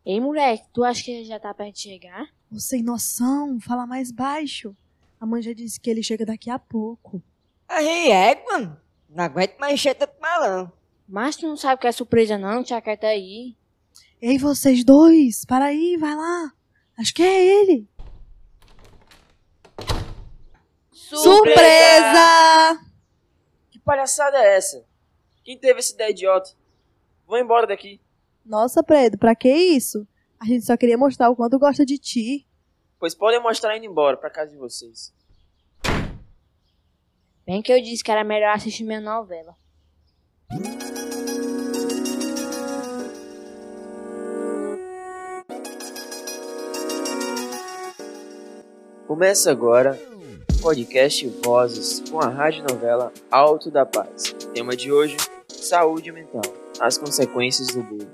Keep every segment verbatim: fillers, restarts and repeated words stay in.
Ei, moleque, tu acha que ele já tá perto de chegar? Ô, sem noção, fala mais baixo. A mãe já disse que ele chega daqui a pouco. Aí é, mano. Não aguento mais encher tanto malão. Mas tu não sabe que é surpresa não, tia quer tá aí. Ei, vocês dois, para aí, vai lá. Acho que é ele. Surpresa! Que palhaçada é essa? Quem teve essa ideia idiota? Vou embora daqui. Nossa, Pedro, pra que isso? A gente só queria mostrar o quanto gosta de ti. Pois podem mostrar indo embora pra casa de vocês. Bem que eu disse que era melhor assistir minha novela. Começa agora o podcast Vozes com a radionovela Alto da Paz. Tema de hoje, saúde mental, as consequências do bullying.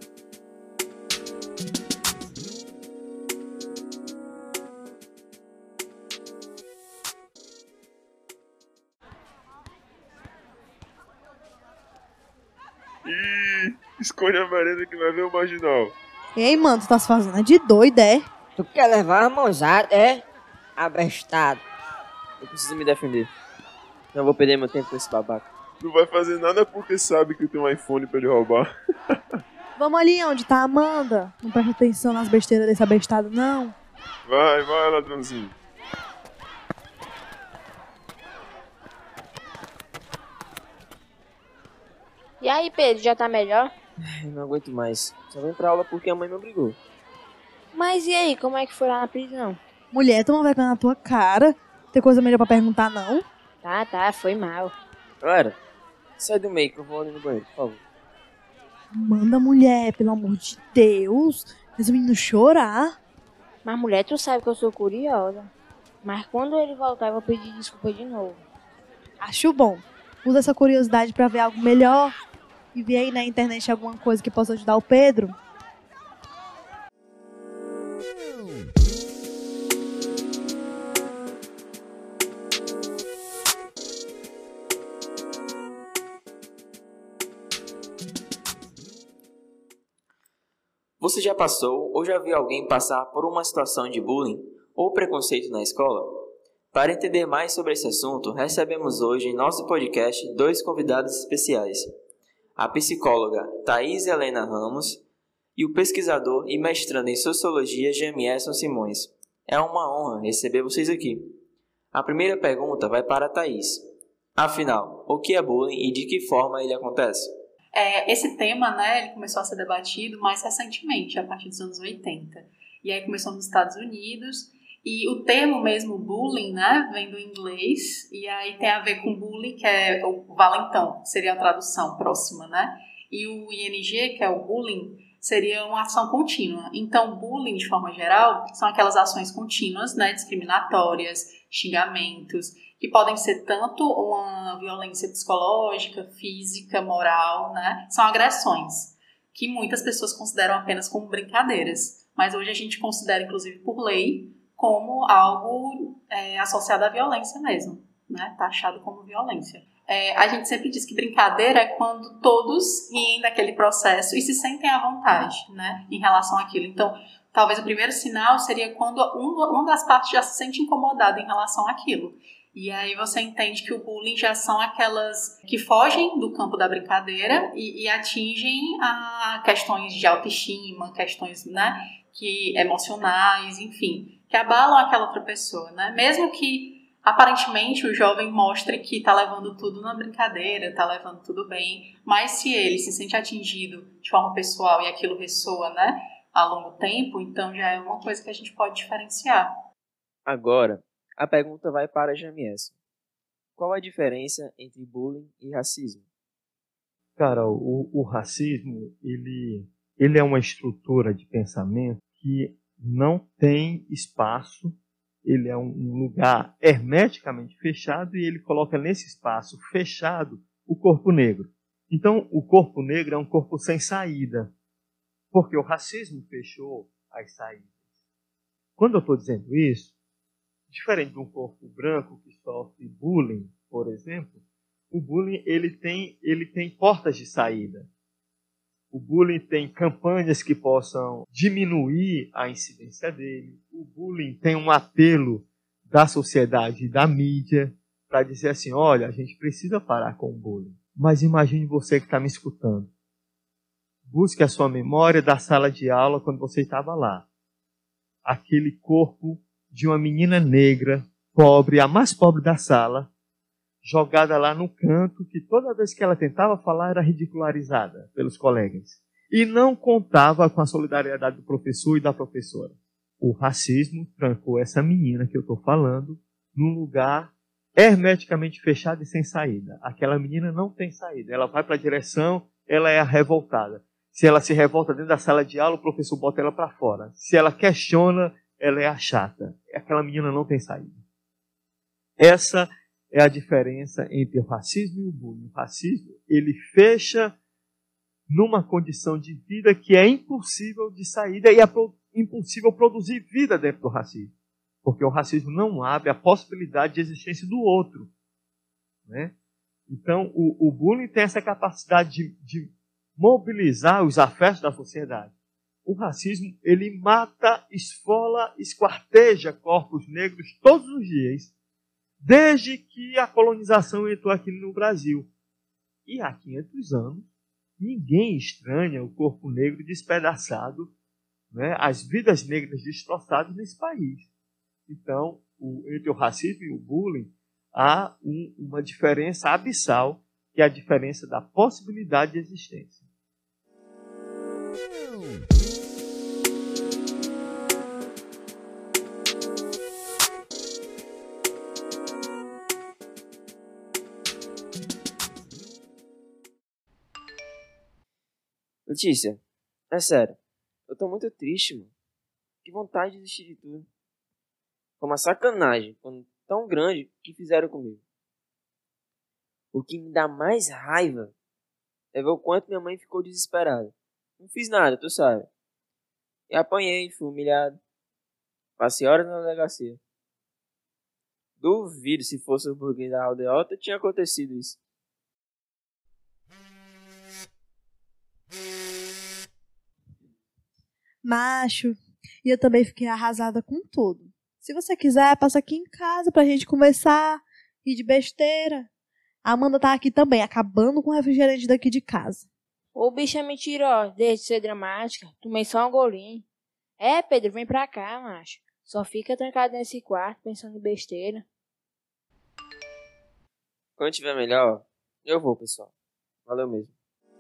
Ih, escolhe a merenda que vai ver o marginal. Ei, mano, tu tá se fazendo de doido, é? Tu quer levar a mãozada, é? Abestado. Eu preciso me defender. Não vou perder meu tempo com esse babaca. Não vai fazer nada porque sabe que tem um iPhone pra ele roubar. Vamos ali onde tá a Amanda. Não presta atenção nas besteiras desse abestado, não. Vai, vai, ladrãozinho. E aí, Pedro, já tá melhor? Eu não aguento mais. Só vim pra aula porque a mãe me obrigou. Mas e aí, como é que foi lá na prisão? Mulher, tu não vai na tua cara. Tem coisa melhor pra perguntar, não? Tá, tá, foi mal. Galera, sai do meio que eu vou ali no banheiro, por favor. Manda, mulher, pelo amor de Deus. Fez o menino chorar. Mas mulher, tu sabe que eu sou curiosa. Mas quando ele voltar, eu vou pedir desculpa de novo. Acho bom. Usa essa curiosidade pra ver algo melhor. E ver aí na internet alguma coisa que possa ajudar o Pedro. Você já passou ou já viu alguém passar por uma situação de bullying ou preconceito na escola? Para entender mais sobre esse assunto, recebemos hoje em nosso podcast dois convidados especiais. A psicóloga Thaís Helena Ramos e o pesquisador e mestrando em Sociologia Jamierson Simões. É uma honra receber vocês aqui. A primeira pergunta vai para a Thaís. Afinal, o que é bullying e de que forma ele acontece? É, esse tema, né, ele começou a ser debatido mais recentemente, a partir dos anos oitenta. E aí começou nos Estados Unidos, e o termo mesmo, bullying, né, vem do inglês, e aí tem a ver com bullying, que é o valentão, seria a tradução próxima, né? E o I N G, que é o bullying, seria uma ação contínua. Então, bullying, de forma geral, são aquelas ações contínuas, né, discriminatórias, xingamentos, que podem ser tanto uma violência psicológica, física, moral, né? São agressões que muitas pessoas consideram apenas como brincadeiras, mas hoje a gente considera, inclusive por lei, como algo é, associado à violência mesmo, né? Taxado como violência. É, a gente sempre diz que brincadeira é quando todos riem daquele processo e se sentem à vontade, né? Em relação àquilo. Então, talvez o primeiro sinal seria quando uma das partes já se sente incomodada em relação àquilo. E aí você entende que o bullying já são aquelas que fogem do campo da brincadeira e, e atingem a questões de autoestima, questões, né, que, emocionais, enfim, que abalam aquela outra pessoa, né? Mesmo que aparentemente o jovem mostre que está levando tudo na brincadeira, está levando tudo bem, mas se ele se sente atingido de forma pessoal e aquilo ressoa, né, a longo tempo, então já é uma coisa que a gente pode diferenciar. Agora, a pergunta vai para Jamierson. Qual a diferença entre bullying e racismo? Cara, o, o racismo, ele, ele é uma estrutura de pensamento que não tem espaço, ele é um lugar hermeticamente fechado e ele coloca nesse espaço fechado o corpo negro. Então, o corpo negro é um corpo sem saída, porque o racismo fechou as saídas. Quando eu estou dizendo isso, diferente de um corpo branco que sofre bullying, por exemplo, o bullying ele tem, ele tem portas de saída. O bullying tem campanhas que possam diminuir a incidência dele. O bullying tem um apelo da sociedade e da mídia para dizer assim, olha, a gente precisa parar com o bullying. Mas imagine você que está me escutando. Busque a sua memória da sala de aula quando você estava lá. Aquele corpo de uma menina negra, pobre, a mais pobre da sala, jogada lá no canto, que toda vez que ela tentava falar era ridicularizada pelos colegas. E não contava com a solidariedade do professor e da professora. O racismo trancou essa menina que eu estou falando num lugar hermeticamente fechado e sem saída. Aquela menina não tem saída. Ela vai para a direção, ela é a revoltada. Se ela se revolta dentro da sala de aula, o professor bota ela para fora. Se ela questiona, ela é a chata. Aquela menina não tem saída. Essa é a diferença entre o racismo e o bullying. O racismo, ele fecha numa condição de vida que é impossível de saída e é impossível produzir vida dentro do racismo. Porque o racismo não abre a possibilidade de existência do outro. Né? Então, o, o bullying tem essa capacidade de, de mobilizar os afetos da sociedade. O racismo, ele mata, esfola, esquarteja corpos negros todos os dias, desde que a colonização entrou aqui no Brasil. E há quinhentos anos, ninguém estranha o corpo negro despedaçado, né, as vidas negras destroçadas nesse país. Então, o, entre o racismo e o bullying, há um, uma diferença abissal, que é a diferença da possibilidade de existência. Letícia, é sério, eu tô muito triste, mano. Que vontade de desistir de tudo. Foi uma sacanagem, quando tão grande, que fizeram comigo. O que me dá mais raiva é ver o quanto minha mãe ficou desesperada. Não fiz nada, tu sabe. E apanhei, fui humilhado. Passei horas na delegacia. Duvido se fosse o burguês da aldeota tinha acontecido isso. Macho, e eu também fiquei arrasada com tudo. Se você quiser, passa aqui em casa pra gente conversar, rir de besteira. A Amanda tá aqui também, acabando com o refrigerante daqui de casa. Ô, bicho é mentirosa, deixa de ser dramática. Tomei só um golinho. É, Pedro, vem pra cá, macho. Só fica trancado nesse quarto pensando em besteira. Quando tiver melhor, eu vou, pessoal. Valeu mesmo.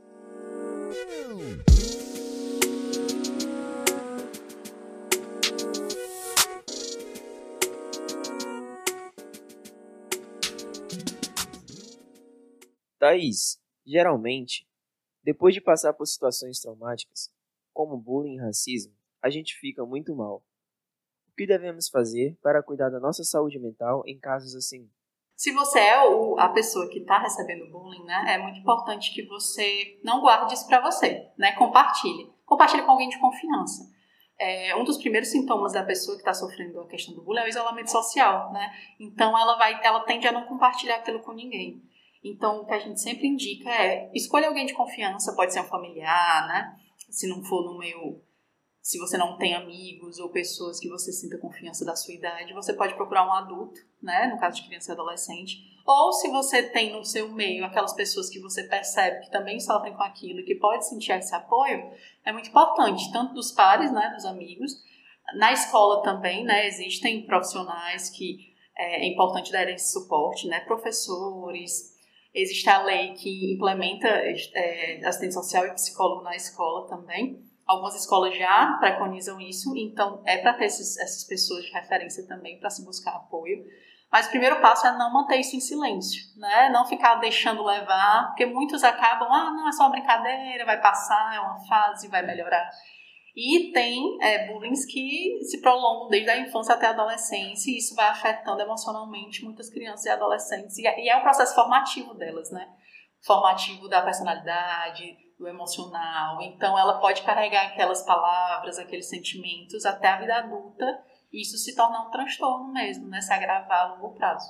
Thaís, geralmente, depois de passar por situações traumáticas, como bullying e racismo, a gente fica muito mal. O que devemos fazer para cuidar da nossa saúde mental em casos assim? Se você é o, a pessoa que está recebendo bullying, né, é muito importante que você não guarde isso para você, né, compartilhe. Compartilhe com alguém de confiança. É, um dos primeiros sintomas da pessoa que está sofrendo a questão do bullying é o isolamento social, né? Então ela, vai, ela tende a não compartilhar aquilo com ninguém. Então, o que a gente sempre indica é escolha alguém de confiança, pode ser um familiar, né? Se não for no meio, se você não tem amigos ou pessoas que você sinta confiança da sua idade, você pode procurar um adulto, né? No caso de criança e adolescente. Ou se você tem no seu meio aquelas pessoas que você percebe que também sofrem com aquilo e que pode sentir esse apoio, é muito importante, tanto dos pares, né? Dos amigos. Na escola também, né? Existem profissionais que é, é importante dar esse suporte, né? Professores. Existe a lei que implementa é, assistente social e psicólogo na escola também. Algumas escolas já preconizam isso, então é para ter esses, essas pessoas de referência também para se buscar apoio. Mas o primeiro passo é não manter isso em silêncio, né? Não ficar deixando levar, porque muitos acabam, ah, não, é só uma brincadeira, vai passar, é uma fase, vai melhorar. E tem é, bullying que se prolongam desde a infância até a adolescência, e isso vai afetando emocionalmente muitas crianças e adolescentes. E é um processo formativo delas, né? Formativo da personalidade, do emocional. Então, ela pode carregar aquelas palavras, aqueles sentimentos até a vida adulta, e isso se tornar um transtorno mesmo, né? Se agravar a longo prazo.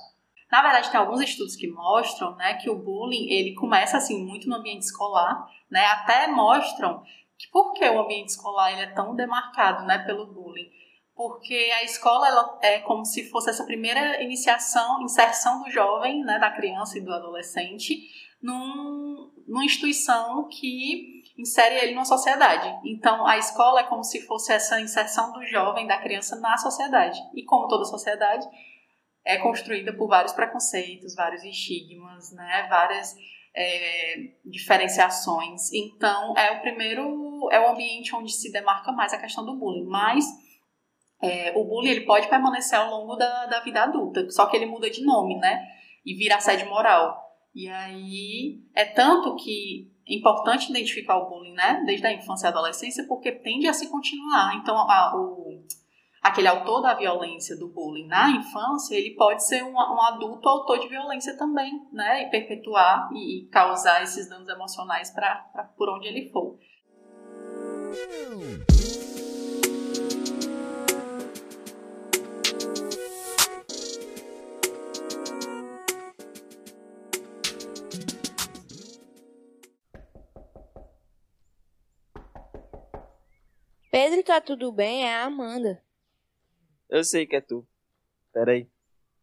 Na verdade, tem alguns estudos que mostram, né, que o bullying, ele começa assim muito no ambiente escolar, né, até mostram que por que o ambiente escolar ele é tão demarcado, né, pelo bullying. Porque a escola ela é como se fosse essa primeira iniciação, inserção do jovem, né, da criança e do adolescente, num, numa instituição que insere ele numa sociedade. Então, a escola é como se fosse essa inserção do jovem, da criança na sociedade. E como toda sociedade, é construída por vários preconceitos, vários estigmas, né, várias é, diferenciações. Então, é o primeiro, é o ambiente onde se demarca mais a questão do bullying. Mas É, o bullying ele pode permanecer ao longo da, da vida adulta, só que ele muda de nome, né? E vira assédio moral. E aí é tanto que é importante identificar o bullying, né? Desde a infância e a adolescência, porque tende a se continuar. Então, a, o, aquele autor da violência do bullying na infância, ele pode ser um, um adulto autor de violência também, né? E perpetuar e, e causar esses danos emocionais pra, pra, por onde ele for. Pedro, tá tudo bem? É a Amanda. Eu sei que é tu. Pera aí.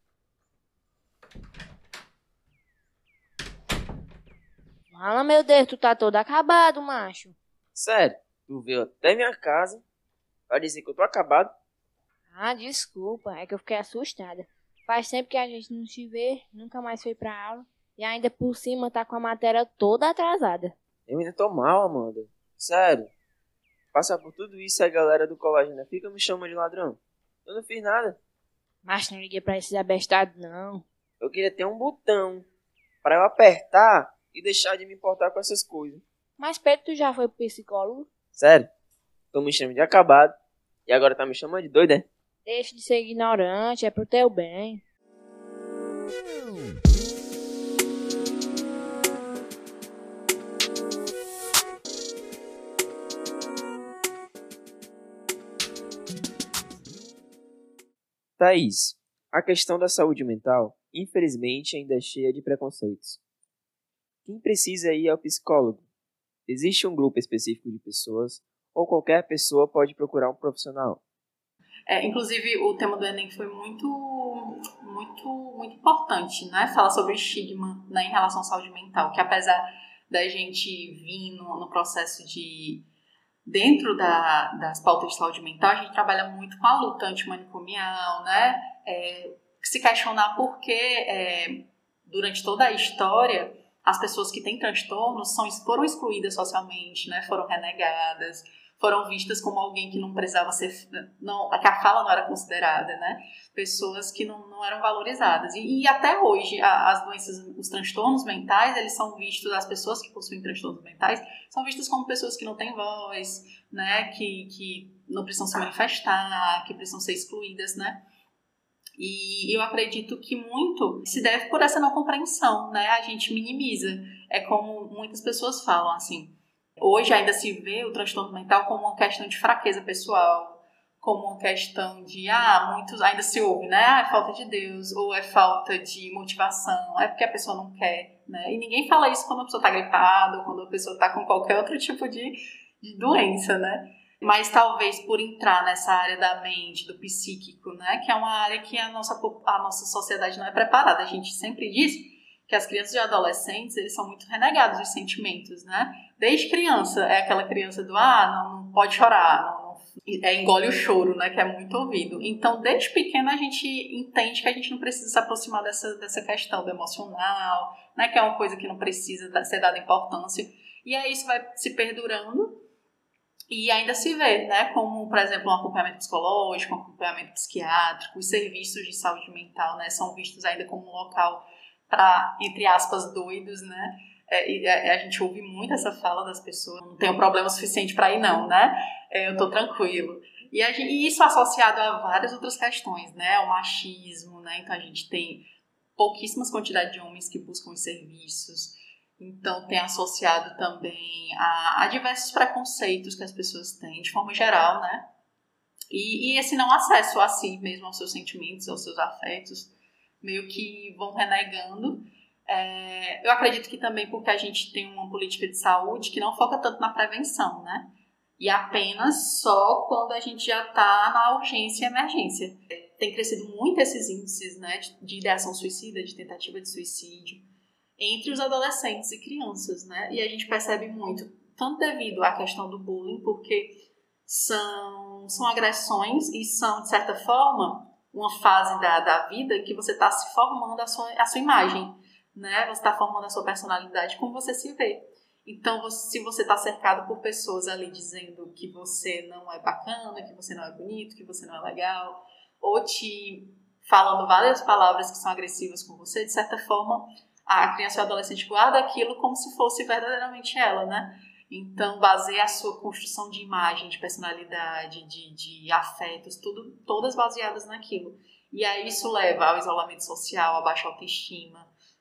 Fala, meu Deus, tu tá todo acabado, macho. Sério, tu veio até minha casa pra dizer que eu tô acabado? Ah, desculpa, é que eu fiquei assustada. Faz tempo que a gente não se vê, nunca mais foi pra aula. E ainda por cima tá com a matéria toda atrasada. Eu ainda tô mal, Amanda. Sério. Passar por tudo isso e a galera do colégio ainda fica me chamando de ladrão. Eu não fiz nada. Mas não liguei pra esses abestados, não. Eu queria ter um botão pra eu apertar e deixar de me importar com essas coisas. Mas Pedro, tu já foi pro psicólogo? Sério. Tô me chamando de acabado e agora tá me chamando de doido, é? Deixa de ser ignorante, é pro teu bem. Thaís, a questão da saúde mental, infelizmente, ainda é cheia de preconceitos. Quem precisa ir ao psicólogo? Existe um grupo específico de pessoas ou qualquer pessoa pode procurar um profissional? É, inclusive, o tema do Enem foi muito, muito, muito importante, né? Falar sobre o estigma, né, em relação à saúde mental, que apesar da gente vir no, no processo de... Dentro da, das pautas de saúde mental, a gente trabalha muito com a luta antimanicomial, né? É, se questionar por que, é, durante toda a história, as pessoas que têm transtornos são, foram excluídas socialmente, né? Foram renegadas, foram vistas como alguém que não precisava ser... Não, que a fala não era considerada, né? Pessoas que não, não eram valorizadas. E, e até hoje, a, as doenças, os transtornos mentais, eles são vistos, as pessoas que possuem transtornos mentais, são vistas como pessoas que não têm voz, né? Que, que não precisam se manifestar, que precisam ser excluídas, né? E eu acredito que muito se deve por essa não compreensão, né? A gente minimiza. É como muitas pessoas falam, assim... Hoje ainda se vê o transtorno mental como uma questão de fraqueza pessoal, como uma questão de, ah, muitos ainda se ouve, né? Ah, é falta de Deus, ou é falta de motivação, é porque a pessoa não quer, né? E ninguém fala isso quando a pessoa está gripada, ou quando a pessoa está com qualquer outro tipo de, de doença, né? Mas talvez por entrar nessa área da mente, do psíquico, né? Que é uma área que a nossa, a nossa sociedade não é preparada. A gente sempre diz que as crianças e adolescentes, eles são muito renegados dos sentimentos, né? Desde criança, é aquela criança do, ah, não, não pode chorar, não, não, é, engole o choro, né? Que é muito ouvido. Então, desde pequeno, a gente entende que a gente não precisa se aproximar dessa, dessa questão do emocional, né? Que é uma coisa que não precisa ser dada importância. E aí isso vai se perdurando e ainda se vê, né? Como, por exemplo, um acompanhamento psicológico, um acompanhamento psiquiátrico, os serviços de saúde mental, né? São vistos ainda como um local para, entre aspas, doidos, né? É, e a, a gente ouve muito essa fala das pessoas, não tenho problema suficiente para ir não, né? É, eu tô tranquilo. E, a gente, e isso associado a várias outras questões, né? O machismo, né? Então a gente tem pouquíssimas quantidades de homens que buscam os serviços. Então tem associado também a, a diversos preconceitos que as pessoas têm, de forma geral, né? E, e esse não acesso a si mesmo, aos seus sentimentos, aos seus afetos, meio que vão renegando. É, eu acredito que também porque a gente tem uma política de saúde que não foca tanto na prevenção, né? E apenas só quando a gente já está na urgência e emergência. Tem crescido muito esses índices, né, de, de ideação suicida, de tentativa de suicídio, entre os adolescentes e crianças, né? E a gente percebe muito, tanto devido à questão do bullying, porque são, são agressões e são, de certa forma, uma fase da, da vida que você está se formando a sua, a sua imagem, né? Você está formando a sua personalidade, como você se vê. Então, você, se você está cercado por pessoas ali dizendo que você não é bacana, que você não é bonito, que você não é legal, ou te falando várias palavras que são agressivas com você, de certa forma, a criança ou adolescente guarda aquilo como se fosse verdadeiramente ela, né? Então, baseia a sua construção de imagem, de personalidade, de, de afetos, tudo, todas baseadas naquilo. E aí isso leva ao isolamento social, à baixa autoestima.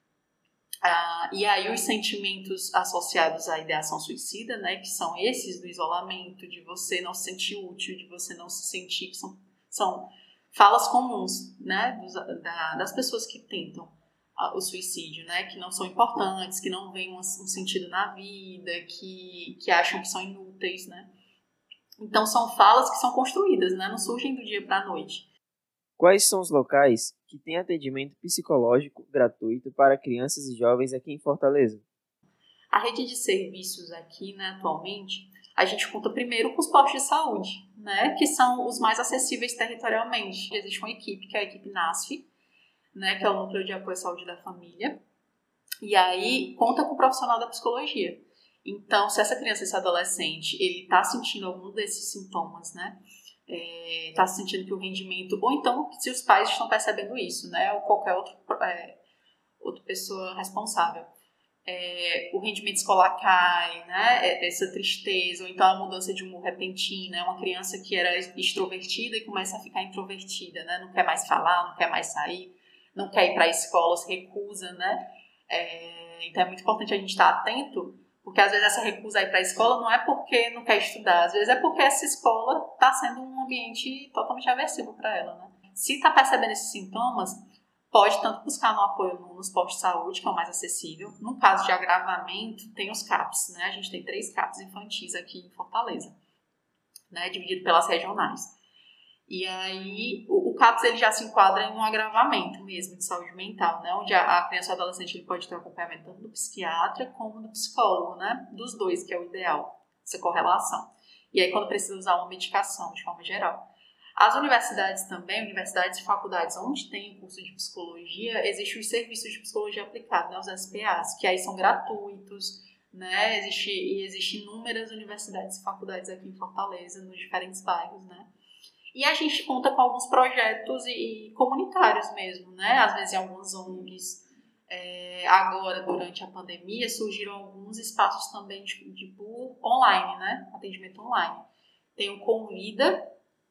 Ah, e aí os sentimentos associados à ideação suicida, né, que são esses do isolamento, de você não se sentir útil, de você não se sentir, que são, são falas comuns, né, dos, da, das pessoas que tentam o suicídio, né, que não são importantes, que não veem um, um sentido na vida, que, que acham que são inúteis, né. Então são falas que são construídas, né, não surgem do dia para a noite. Quais são os locais que têm atendimento psicológico gratuito para crianças e jovens aqui em Fortaleza? A rede de serviços aqui, né, atualmente, a gente conta primeiro com os postos de saúde, né, que são os mais acessíveis territorialmente. Existe uma equipe, que é a equipe NASF, né, que é o Núcleo de Apoio à Saúde da Família, e aí conta com o profissional da psicologia. Então, se essa criança, esse adolescente, ele está sentindo algum desses sintomas, né, está é, sentindo que o rendimento, ou então se os pais estão percebendo isso, né, ou qualquer outro, é, outra pessoa responsável, é, o rendimento escolar cai, né, essa tristeza, ou então a mudança de humor repentina, é uma criança que era extrovertida e começa a ficar introvertida, né, não quer mais falar, não quer mais sair, não quer ir para a escola, se recusa, né, é, então é muito importante a gente estar atento. Porque às vezes essa recusa a ir para a escola não é porque não quer estudar, às vezes é porque essa escola está sendo um ambiente totalmente aversivo para ela, né? Se está percebendo esses sintomas, pode tanto buscar no apoio nos postos de saúde, que é o mais acessível. No caso de agravamento, tem os CAPs, né? A gente tem três CAPs infantis aqui em Fortaleza, né? Dividido pelas regionais. E aí, o, o CAPS ele já se enquadra em um agravamento mesmo de saúde mental, né? Onde a, a criança ou adolescente ele pode ter um acompanhamento tanto do psiquiatra como do psicólogo, né? Dos dois, que é o ideal, essa correlação. E aí, quando precisa usar uma medicação, de forma geral. As universidades também, universidades e faculdades onde tem curso de psicologia, existem os serviços de psicologia aplicada, né? Os S P As, que aí são gratuitos, né? Existe, e existem inúmeras universidades e faculdades aqui em Fortaleza, nos diferentes bairros, né? E a gente conta com alguns projetos e, e comunitários mesmo, né? Às vezes em algumas O N Gs. É, agora, durante a pandemia, surgiram alguns espaços também de, de por online, né? Atendimento online. Tem o Convida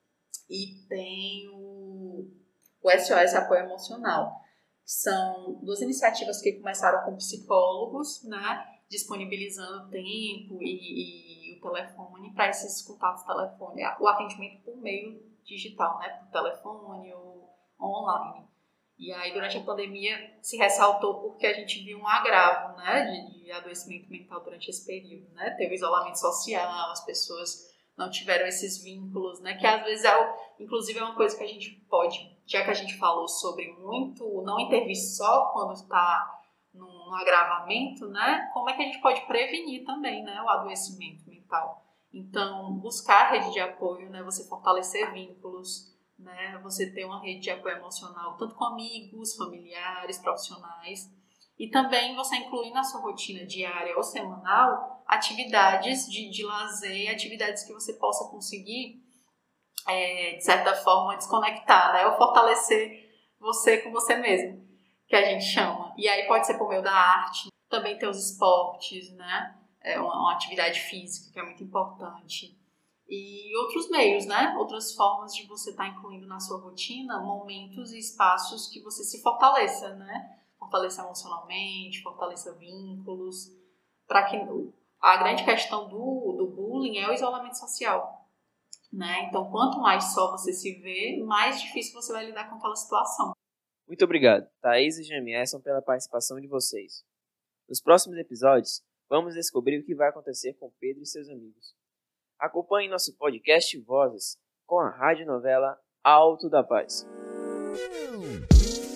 e tem o, o S O S Apoio Emocional. São duas iniciativas que começaram com psicólogos, né? Disponibilizando tempo e, e o telefone para esses contatos telefone, o atendimento por meio digital, né, por telefone ou online. E aí, durante a pandemia, se ressaltou porque a gente viu um agravo, né, de, de adoecimento mental durante esse período, né, teve isolamento social, as pessoas não tiveram esses vínculos, né, que às vezes é, o, inclusive, é uma coisa que a gente pode, já que a gente falou sobre muito, não intervir só quando está num agravamento, né, como é que a gente pode prevenir também, né, o adoecimento mental. Então, buscar rede de apoio, né, você fortalecer vínculos, né, você ter uma rede de apoio emocional, tanto com amigos, familiares, profissionais, e também você incluir na sua rotina diária ou semanal atividades de, de lazer, atividades que você possa conseguir, é, de certa forma, desconectar, né, ou fortalecer você com você mesmo, que a gente chama. E aí pode ser por meio da arte, também ter os esportes, né, é uma, uma atividade física que é muito importante. E outros meios, né? Outras formas de você estar incluindo na sua rotina momentos e espaços que você se fortaleça, né? Fortaleça emocionalmente, fortaleça vínculos. Para que a grande questão do, do bullying é o isolamento social, né? Então, quanto mais só você se vê, mais difícil você vai lidar com aquela situação. Muito obrigado, Thaís e Jamierson, pela participação de vocês. Nos próximos episódios, vamos descobrir o que vai acontecer com Pedro e seus amigos. Acompanhe nosso podcast Vozes com a radionovela Alto da Paz.